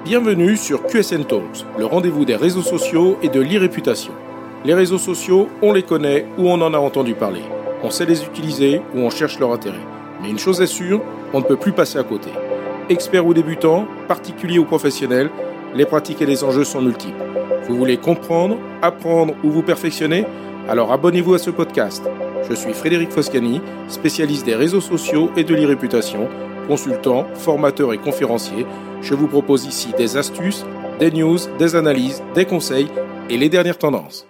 Bienvenue sur QSN Talks, le rendez-vous des réseaux sociaux et de l'e-réputation. Les réseaux sociaux, on les connaît ou on en a entendu parler. On sait les utiliser ou on cherche leur intérêt. Mais une chose est sûre, on ne peut plus passer à côté. Experts ou débutants, particuliers ou professionnels, les pratiques et les enjeux sont multiples. Vous voulez comprendre, apprendre ou vous perfectionner ? Alors abonnez-vous à ce podcast. Je suis Frédéric Foscani, spécialiste des réseaux sociaux et de l'e-réputation, consultant, formateur et conférencier. Je vous propose ici des astuces, des news, des analyses, des conseils et les dernières tendances.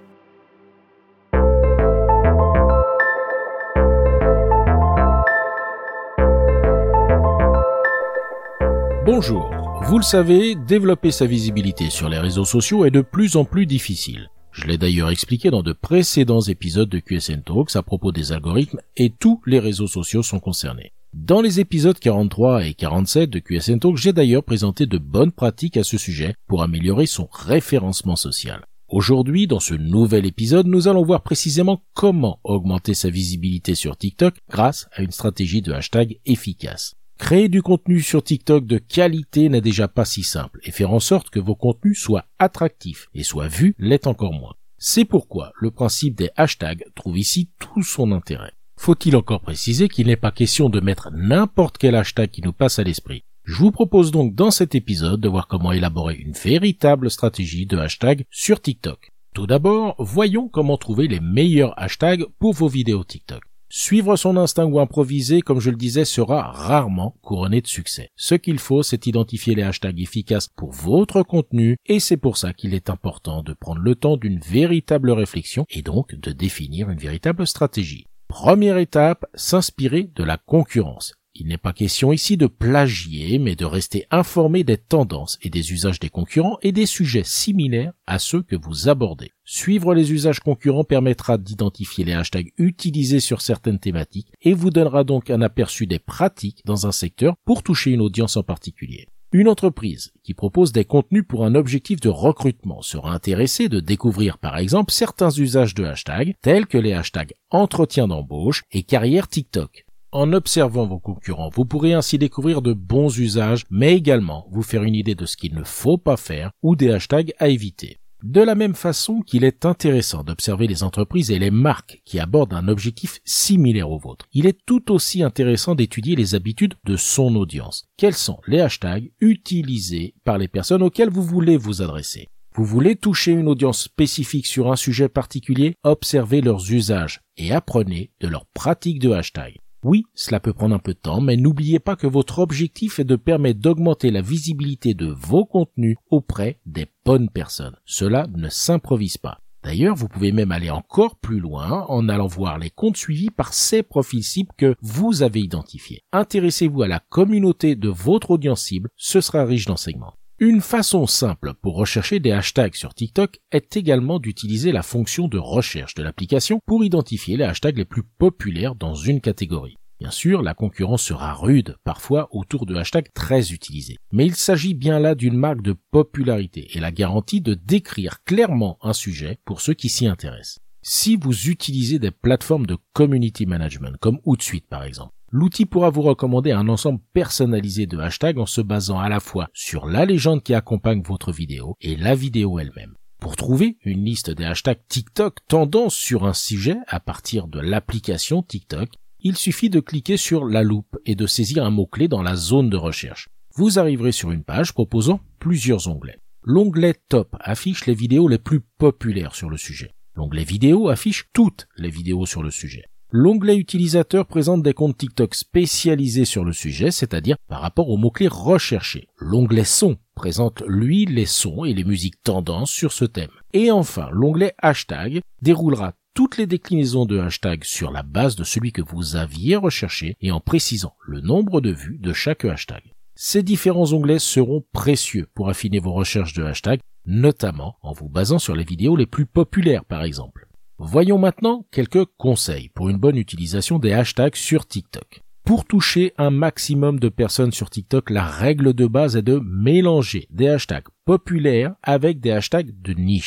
Bonjour, vous le savez, développer sa visibilité sur les réseaux sociaux est de plus en plus difficile. Je l'ai d'ailleurs expliqué dans de précédents épisodes de QSN Talks à propos des algorithmes et tous les réseaux sociaux sont concernés. Dans les épisodes 43 et 47 de QSN Talks, j'ai d'ailleurs présenté de bonnes pratiques à ce sujet pour améliorer son référencement social. Aujourd'hui, dans ce nouvel épisode, nous allons voir précisément comment augmenter sa visibilité sur TikTok grâce à une stratégie de hashtag efficace. Créer du contenu sur TikTok de qualité n'est déjà pas si simple et faire en sorte que vos contenus soient attractifs et soient vus l'est encore moins. C'est pourquoi le principe des hashtags trouve ici tout son intérêt. Faut-il encore préciser qu'il n'est pas question de mettre n'importe quel hashtag qui nous passe à l'esprit. Je vous propose donc dans cet épisode de voir comment élaborer une véritable stratégie de hashtag sur TikTok. Tout d'abord, voyons comment trouver les meilleurs hashtags pour vos vidéos TikTok. Suivre son instinct ou improviser, comme je le disais, sera rarement couronné de succès. Ce qu'il faut, c'est identifier les hashtags efficaces pour votre contenu et c'est pour ça qu'il est important de prendre le temps d'une véritable réflexion et donc de définir une véritable stratégie. Première étape, s'inspirer de la concurrence. Il n'est pas question ici de plagier, mais de rester informé des tendances et des usages des concurrents et des sujets similaires à ceux que vous abordez. Suivre les usages concurrents permettra d'identifier les hashtags utilisés sur certaines thématiques et vous donnera donc un aperçu des pratiques dans un secteur pour toucher une audience en particulier. Une entreprise qui propose des contenus pour un objectif de recrutement sera intéressée de découvrir par exemple certains usages de hashtags tels que les hashtags entretien d'embauche et carrière TikTok. En observant vos concurrents, vous pourrez ainsi découvrir de bons usages, mais également vous faire une idée de ce qu'il ne faut pas faire ou des hashtags à éviter. De la même façon qu'il est intéressant d'observer les entreprises et les marques qui abordent un objectif similaire au vôtre, il est tout aussi intéressant d'étudier les habitudes de son audience. Quels sont les hashtags utilisés par les personnes auxquelles vous voulez vous adresser? Vous voulez toucher une audience spécifique sur un sujet particulier? Observez leurs usages et apprenez de leurs pratiques de hashtag. Oui, cela peut prendre un peu de temps, mais n'oubliez pas que votre objectif est de permettre d'augmenter la visibilité de vos contenus auprès des bonnes personnes. Cela ne s'improvise pas. D'ailleurs, vous pouvez même aller encore plus loin en allant voir les comptes suivis par ces profils cibles que vous avez identifiés. Intéressez-vous à la communauté de votre audience cible, ce sera riche d'enseignements. Une façon simple pour rechercher des hashtags sur TikTok est également d'utiliser la fonction de recherche de l'application pour identifier les hashtags les plus populaires dans une catégorie. Bien sûr, la concurrence sera rude, parfois autour de hashtags très utilisés. Mais il s'agit bien là d'une marque de popularité et la garantie de décrire clairement un sujet pour ceux qui s'y intéressent. Si vous utilisez des plateformes de community management comme Hootsuite par exemple, l'outil pourra vous recommander un ensemble personnalisé de hashtags en se basant à la fois sur la légende qui accompagne votre vidéo et la vidéo elle-même. Pour trouver une liste des hashtags TikTok tendance sur un sujet à partir de l'application TikTok, il suffit de cliquer sur la loupe et de saisir un mot-clé dans la zone de recherche. Vous arriverez sur une page proposant plusieurs onglets. L'onglet Top affiche les vidéos les plus populaires sur le sujet. L'onglet Vidéo affiche toutes les vidéos sur le sujet. L'onglet Utilisateur présente des comptes TikTok spécialisés sur le sujet, c'est-à-dire par rapport aux mots-clés recherchés. L'onglet Son présente, lui, les sons et les musiques tendances sur ce thème. Et enfin, l'onglet Hashtag déroulera toutes les déclinaisons de hashtag sur la base de celui que vous aviez recherché et en précisant le nombre de vues de chaque hashtag. Ces différents onglets seront précieux pour affiner vos recherches de hashtag, notamment en vous basant sur les vidéos les plus populaires par exemple. Voyons maintenant quelques conseils pour une bonne utilisation des hashtags sur TikTok. Pour toucher un maximum de personnes sur TikTok, la règle de base est de mélanger des hashtags populaires avec des hashtags de niche.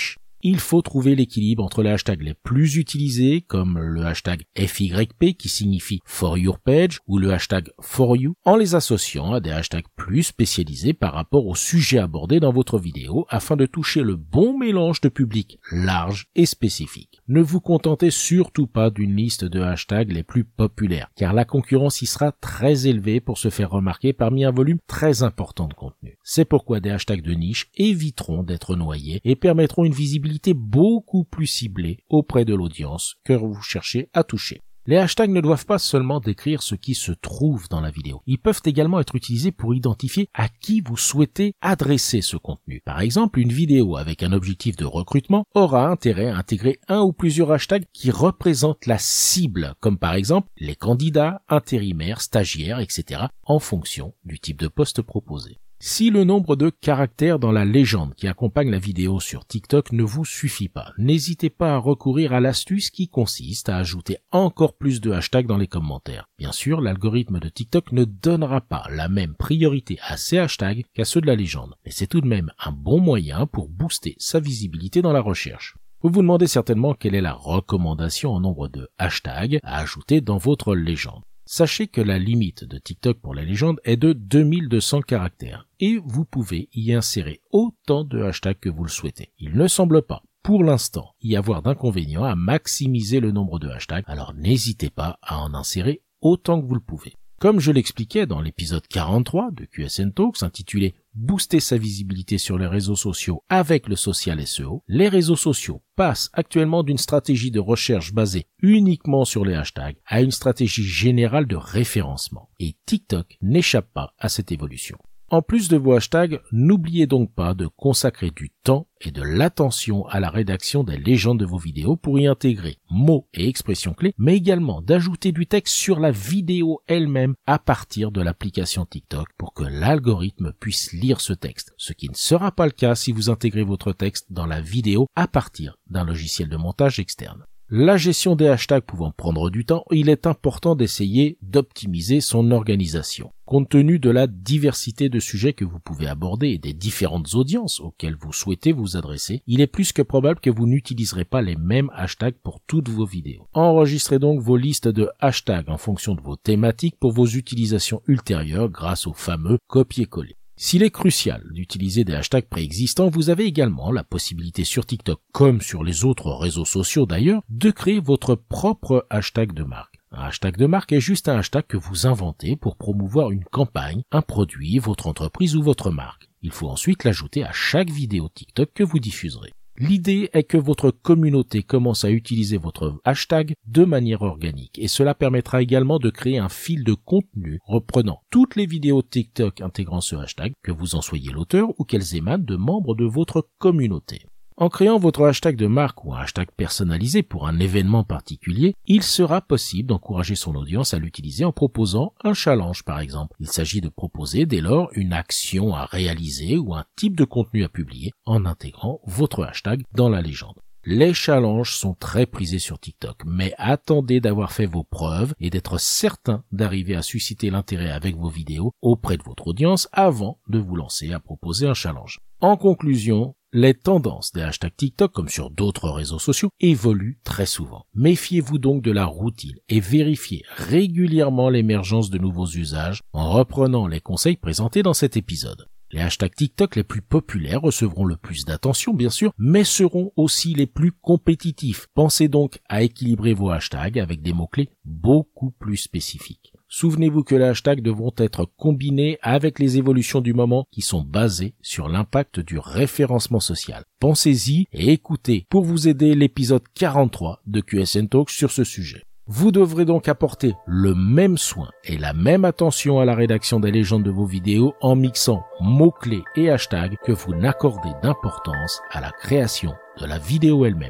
il faut trouver l'équilibre entre les hashtags les plus utilisés, comme le hashtag FYP qui signifie For Your Page ou le hashtag For You, en les associant à des hashtags plus spécialisés par rapport au sujet abordé dans votre vidéo afin de toucher le bon mélange de public large et spécifique. Ne vous contentez surtout pas d'une liste de hashtags les plus populaires, car la concurrence y sera très élevée pour se faire remarquer parmi un volume très important de contenu. C'est pourquoi des hashtags de niche éviteront d'être noyés et permettront une visibilité beaucoup plus ciblée auprès de l'audience que vous cherchez à toucher. Les hashtags ne doivent pas seulement décrire ce qui se trouve dans la vidéo. Ils peuvent également être utilisés pour identifier à qui vous souhaitez adresser ce contenu. Par exemple, une vidéo avec un objectif de recrutement aura intérêt à intégrer un ou plusieurs hashtags qui représentent la cible, comme par exemple les candidats, intérimaires, stagiaires, etc., en fonction du type de poste proposé. Si le nombre de caractères dans la légende qui accompagne la vidéo sur TikTok ne vous suffit pas, n'hésitez pas à recourir à l'astuce qui consiste à ajouter encore plus de hashtags dans les commentaires. Bien sûr, l'algorithme de TikTok ne donnera pas la même priorité à ces hashtags qu'à ceux de la légende, mais c'est tout de même un bon moyen pour booster sa visibilité dans la recherche. Vous vous demandez certainement quelle est la recommandation en nombre de hashtags à ajouter dans votre légende. Sachez que la limite de TikTok pour la légende est de 2200 caractères et vous pouvez y insérer autant de hashtags que vous le souhaitez. Il ne semble pas, pour l'instant, y avoir d'inconvénient à maximiser le nombre de hashtags, alors n'hésitez pas à en insérer autant que vous le pouvez. Comme je l'expliquais dans l'épisode 43 de QSN Talks intitulé « Booster sa visibilité sur les réseaux sociaux avec le social SEO », les réseaux sociaux passent actuellement d'une stratégie de recherche basée uniquement sur les hashtags à une stratégie générale de référencement. Et TikTok n'échappe pas à cette évolution. En plus de vos hashtags, n'oubliez donc pas de consacrer du temps et de l'attention à la rédaction des légendes de vos vidéos pour y intégrer mots et expressions clés, mais également d'ajouter du texte sur la vidéo elle-même à partir de l'application TikTok pour que l'algorithme puisse lire ce texte, ce qui ne sera pas le cas si vous intégrez votre texte dans la vidéo à partir d'un logiciel de montage externe. La gestion des hashtags pouvant prendre du temps, il est important d'essayer d'optimiser son organisation. Compte tenu de la diversité de sujets que vous pouvez aborder et des différentes audiences auxquelles vous souhaitez vous adresser, il est plus que probable que vous n'utiliserez pas les mêmes hashtags pour toutes vos vidéos. Enregistrez donc vos listes de hashtags en fonction de vos thématiques pour vos utilisations ultérieures grâce au fameux copier-coller. S'il est crucial d'utiliser des hashtags préexistants, vous avez également la possibilité sur TikTok, comme sur les autres réseaux sociaux d'ailleurs, de créer votre propre hashtag de marque. Un hashtag de marque est juste un hashtag que vous inventez pour promouvoir une campagne, un produit, votre entreprise ou votre marque. Il faut ensuite l'ajouter à chaque vidéo TikTok que vous diffuserez. L'idée est que votre communauté commence à utiliser votre hashtag de manière organique et cela permettra également de créer un fil de contenu reprenant toutes les vidéos TikTok intégrant ce hashtag, que vous en soyez l'auteur ou qu'elles émanent de membres de votre communauté. En créant votre hashtag de marque ou un hashtag personnalisé pour un événement particulier, il sera possible d'encourager son audience à l'utiliser en proposant un challenge par exemple. Il s'agit de proposer dès lors une action à réaliser ou un type de contenu à publier en intégrant votre hashtag dans la légende. Les challenges sont très prisés sur TikTok, mais attendez d'avoir fait vos preuves et d'être certain d'arriver à susciter l'intérêt avec vos vidéos auprès de votre audience avant de vous lancer à proposer un challenge. En conclusion, les tendances des hashtags TikTok, comme sur d'autres réseaux sociaux, évoluent très souvent. Méfiez-vous donc de la routine et vérifiez régulièrement l'émergence de nouveaux usages en reprenant les conseils présentés dans cet épisode. Les hashtags TikTok les plus populaires recevront le plus d'attention, bien sûr, mais seront aussi les plus compétitifs. Pensez donc à équilibrer vos hashtags avec des mots-clés beaucoup plus spécifiques. Souvenez-vous que les hashtags devront être combinés avec les évolutions du moment qui sont basées sur l'impact du référencement social. Pensez-y et écoutez pour vous aider l'épisode 43 de QSN Talks sur ce sujet. Vous devrez donc apporter le même soin et la même attention à la rédaction des légendes de vos vidéos en mixant mots-clés et hashtags que vous n'accordez d'importance à la création de la vidéo elle-même.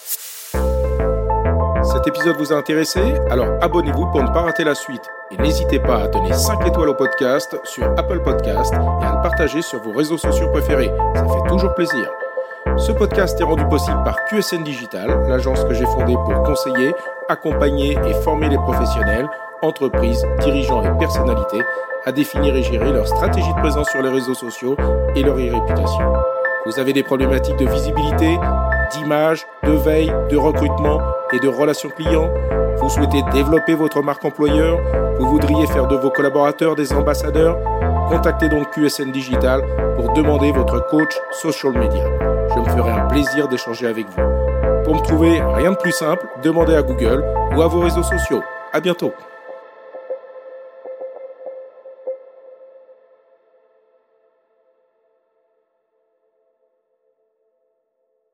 Cet épisode vous a intéressé? Alors abonnez-vous pour ne pas rater la suite. Et n'hésitez pas à donner 5 étoiles au podcast sur Apple Podcasts et à le partager sur vos réseaux sociaux préférés. Ça fait toujours plaisir. Ce podcast est rendu possible par QSN Digital, l'agence que j'ai fondée pour conseiller, accompagner et former les professionnels, entreprises, dirigeants et personnalités à définir et gérer leur stratégie de présence sur les réseaux sociaux et leur e-réputation. Vous avez des problématiques de visibilité, d'image, de veille, de recrutement et de relations clients? Vous souhaitez développer votre marque employeur? Vous voudriez faire de vos collaborateurs des ambassadeurs? Contactez donc QSN Digital pour demander votre coach social media. Je me ferai un plaisir d'échanger avec vous. Pour me trouver, rien de plus simple, demandez à Google ou à vos réseaux sociaux. À bientôt.